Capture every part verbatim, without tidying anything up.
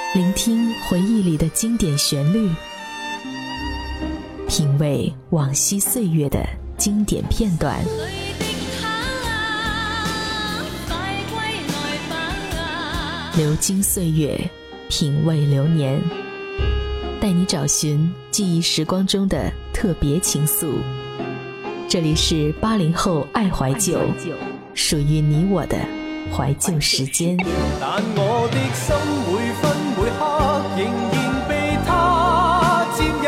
聆听回忆里的经典旋律，品味往昔岁月的经典片段。流金岁月，品味流年，带你找寻记忆时光中的特别情愫。这里是八零后爱怀旧，属于你我的怀旧时间。 但我的心每分每刻仍然被它佔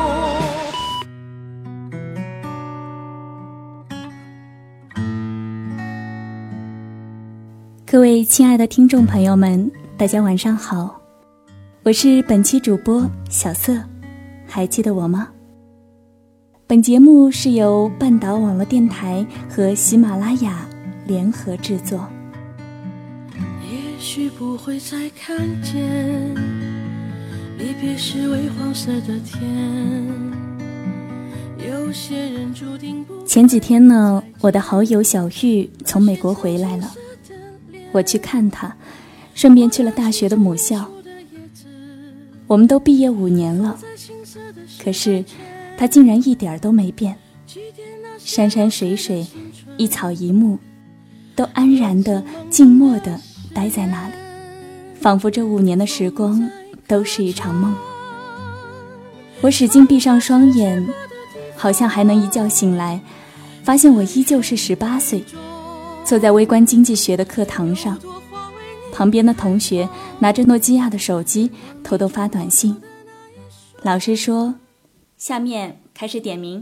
有。各位亲爱的听众朋友们，大家晚上好，我是本期主播小色，还记得我吗？本节目是由半岛网络电台和喜马拉雅联合制作。 也许不会再看见离别时微黄色的天，有些人注定不。 前几天呢，我的好友小玉从美国回来了，我去看她，顺便去了大学的母校。我们都毕业五年了，可是她竟然一点都没变，山山水水，一草一木，都安然的静默的待在那里，仿佛这五年的时光都是一场梦。我使劲闭上双眼，好像还能一觉醒来，发现我依旧是十八岁，坐在微观经济学的课堂上，旁边的同学拿着诺基亚的手机偷偷发短信。老师说，下面开始点名。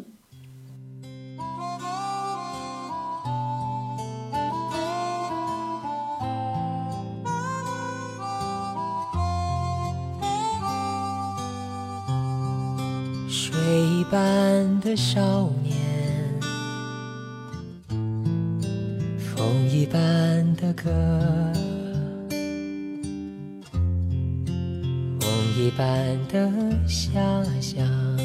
水般的少年，风一般的歌，梦一般的遐想，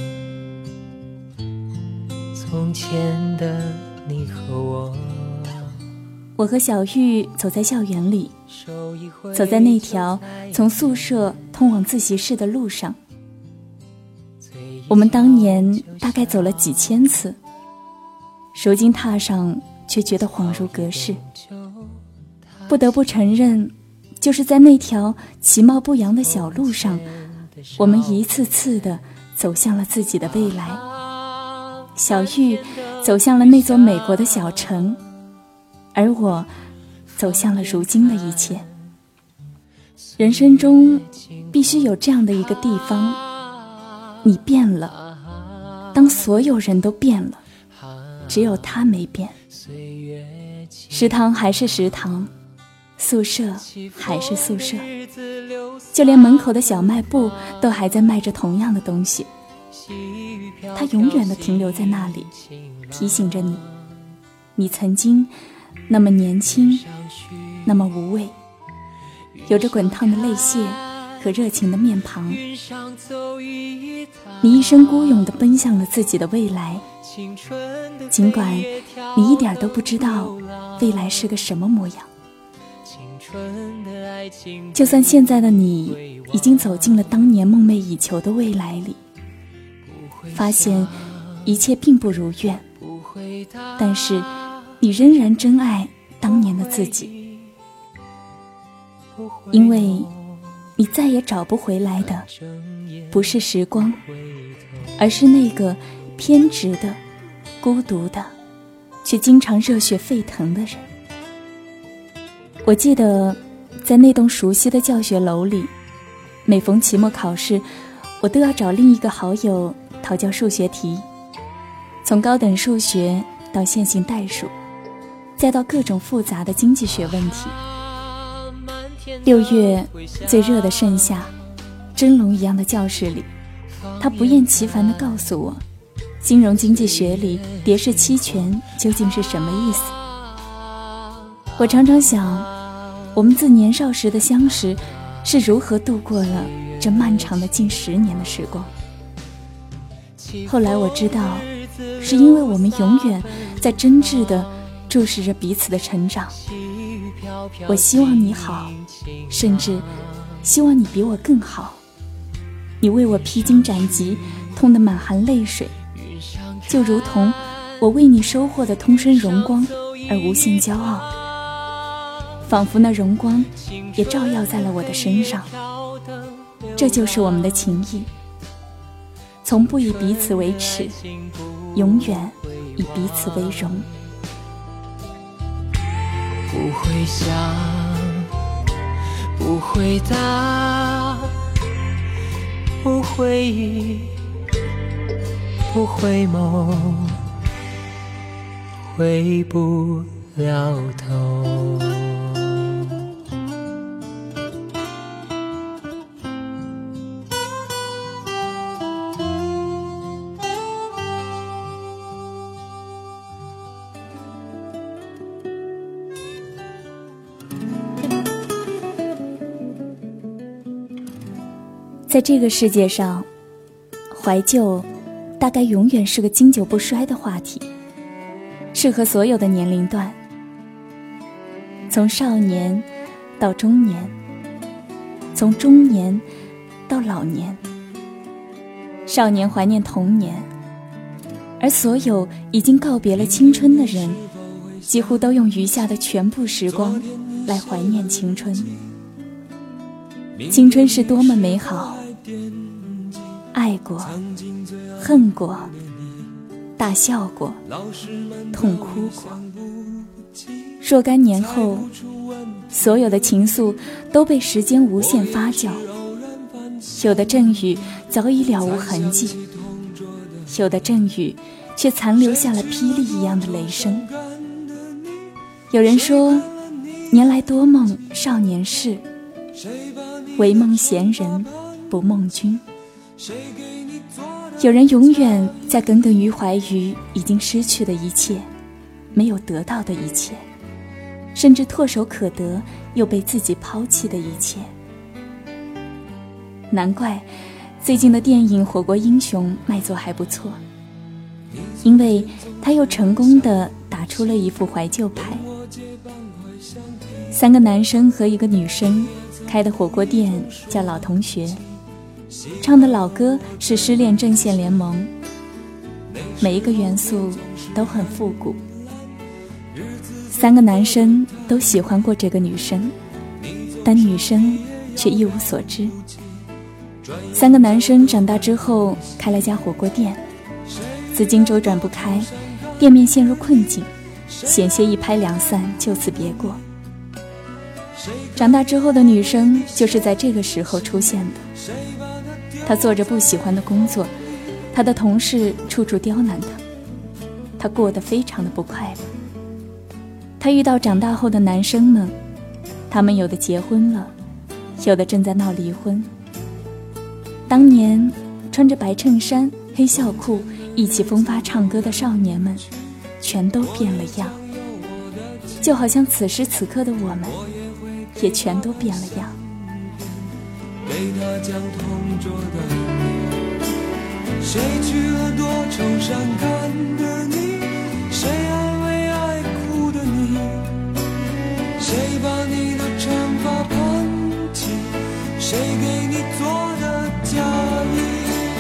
从前的你和我。 我和小玉走在校园里，走在那条从宿舍通往自习室的路上。我们当年大概走了几千次，如今踏上却觉得恍如隔世。不得不承认，就是在那条其貌不扬的小路上，我们一次次地走向了自己的未来。小玉走向了那座美国的小城，而我走向了如今的一切。人生中必须有这样的一个地方，你变了，当所有人都变了，只有他没变。食堂还是食堂，宿舍还是宿舍，就连门口的小卖部都还在卖着同样的东西。它永远地停留在那里，提醒着你，你曾经那么年轻，那么无畏，有着滚烫的泪腺和热情的面庞。你一生孤勇地奔向了自己的未来，尽管你一点都不知道未来是个什么模样。就算现在的你已经走进了当年梦寐以求的未来里，发现一切并不如愿，但是你仍然珍爱当年的自己，因为你再也找不回来的不是时光，而是那个偏执的、孤独的，却经常热血沸腾的人。我记得在那栋熟悉的教学楼里，每逢期末考试，我都要找另一个好友讨教数学题，从高等数学到线性代数，再到各种复杂的经济学问题。六月最热的盛夏，蒸笼一样的教室里，他不厌其烦地告诉我，金融经济学里蝶式期权究竟是什么意思。我常常想，我们自年少时的相识是如何度过了这漫长的近十年的时光。后来我知道，是因为我们永远在真挚地注视着彼此的成长。我希望你好，甚至希望你比我更好。你为我披荆斩棘，痛得满含泪水，就如同我为你收获的通身荣光而无限骄傲，仿佛那荣光也照耀在了我的身上。这就是我们的情谊，从不以彼此为耻，永远以彼此为荣。 不会想，不会答，不会忆，不会梦，回不了头。 在这个世界上，怀旧大概永远是个经久不衰的话题，适合所有的年龄段，从少年到中年，从中年到老年。少年怀念童年，而所有已经告别了青春的人，几乎都用余下的全部时光来怀念青春。青春是多么美好，爱过，恨过，大笑过，痛哭过。若干年后，所有的情愫都被时间无限发酵，有的阵雨早已了无痕迹，有的阵雨却残留下了霹雳一样的雷声。有人说，年来多梦少年事，唯梦闲人不梦君。有人永远在耿耿于怀于已经失去的一切，没有得到的一切，甚至唾手可得又被自己抛弃的一切。难怪最近的电影《火锅英雄》卖座还不错，因为他又成功地打出了一副怀旧牌。三个男生和一个女生开的火锅店叫老同学，唱的老歌是失恋阵线联盟，每一个元素都很复古。三个男生都喜欢过这个女生，但女生却一无所知。三个男生长大之后开了家火锅店，资金周转不开，店面陷入困境，险些一拍两散，就此别过。长大之后的女生就是在这个时候出现的。她做着不喜欢的工作，她的同事处处刁难她，她过得非常的不快乐。她遇到长大后的男生们，他们有的结婚了，有的正在闹离婚。当年穿着白衬衫黑校裤意气风发唱歌的少年们全都变了样，就好像此时此刻的我们也全都变了样。 被他将同桌的你，谁去了多愁善感的你，谁安慰爱哭的你，谁把你的长发盘起，谁给你做的嫁衣。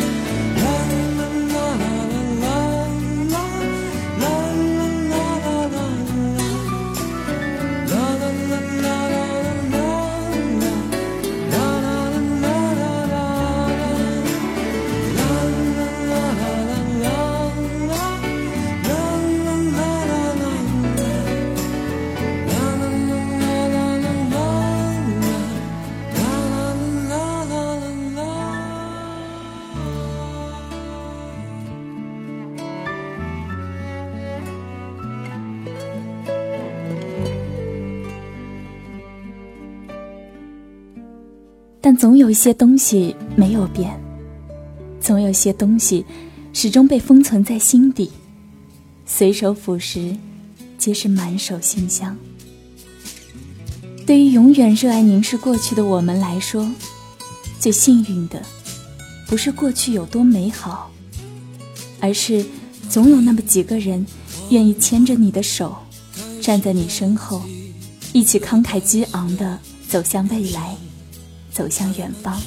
但总有一些东西没有变，总有些东西始终被封存在心底，随手抚拾皆是满手馨香。对于永远热爱凝视过去的我们来说，最幸运的不是过去有多美好，而是总有那么几个人愿意牵着你的手，站在你身后，一起慷慨激昂地走向未来， 走向远方。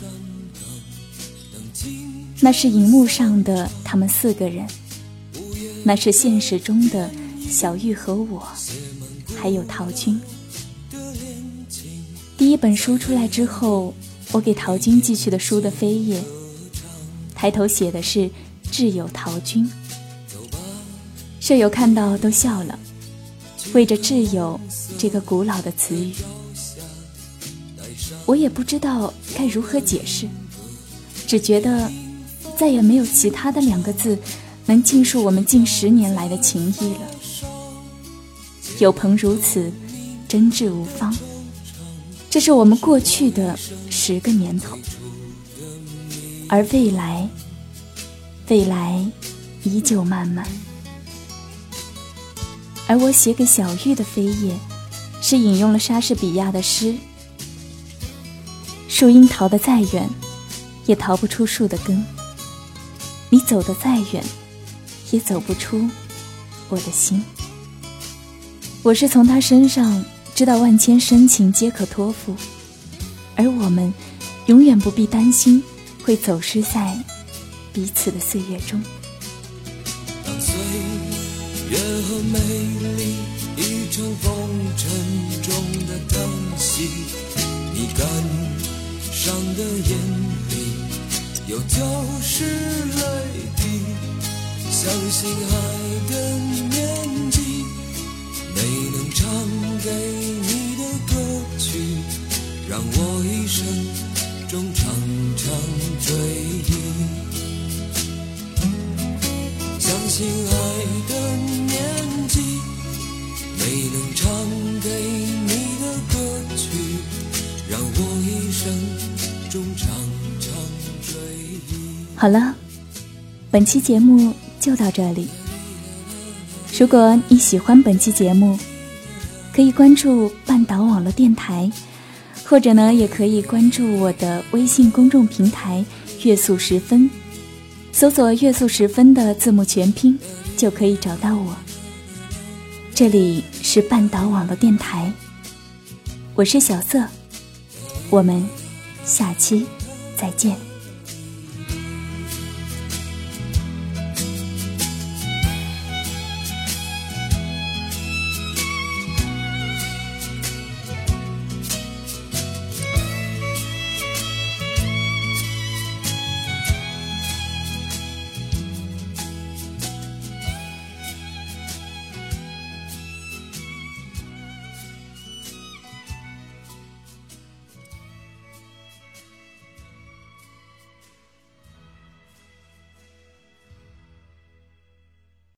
那是荧幕上的他们四个人，那是现实中的小玉和我，还有陶君。第一本书出来之后，我给陶君寄去的书的扉页，抬头写的是挚友陶君。舍友看到都笑了，为着挚友这个古老的词语，我也不知道该如何解释，只觉得再也没有其他的两个字能尽述我们近十年来的情谊了。有朋如此，真挚无方，这是我们过去的十个年头，而未来，未来依旧漫漫。而我写给小玉的扉页，是引用了莎士比亚的诗：树荫逃得再远，也逃不出树的根，你走得再远，也走不出我的心。我是从他身上知道万千深情皆可托付，而我们永远不必担心会走失在彼此的岁月中。 当岁月和美丽已成风尘中的叹息，你感伤的眼里有丢失泪滴，相信爱的年纪，没能唱给你的歌曲，让我一生中常常追忆。相信爱的年纪，没能唱给你的歌曲，让我一生中常常追忆。 好了，本期节目就到这里。如果你喜欢本期节目，可以关注半岛网络电台，或者呢也可以关注我的微信公众平台月速十分，搜索月速十分的字母全拼就可以找到我。这里是半岛网络电台，我是小色，我们下期再见。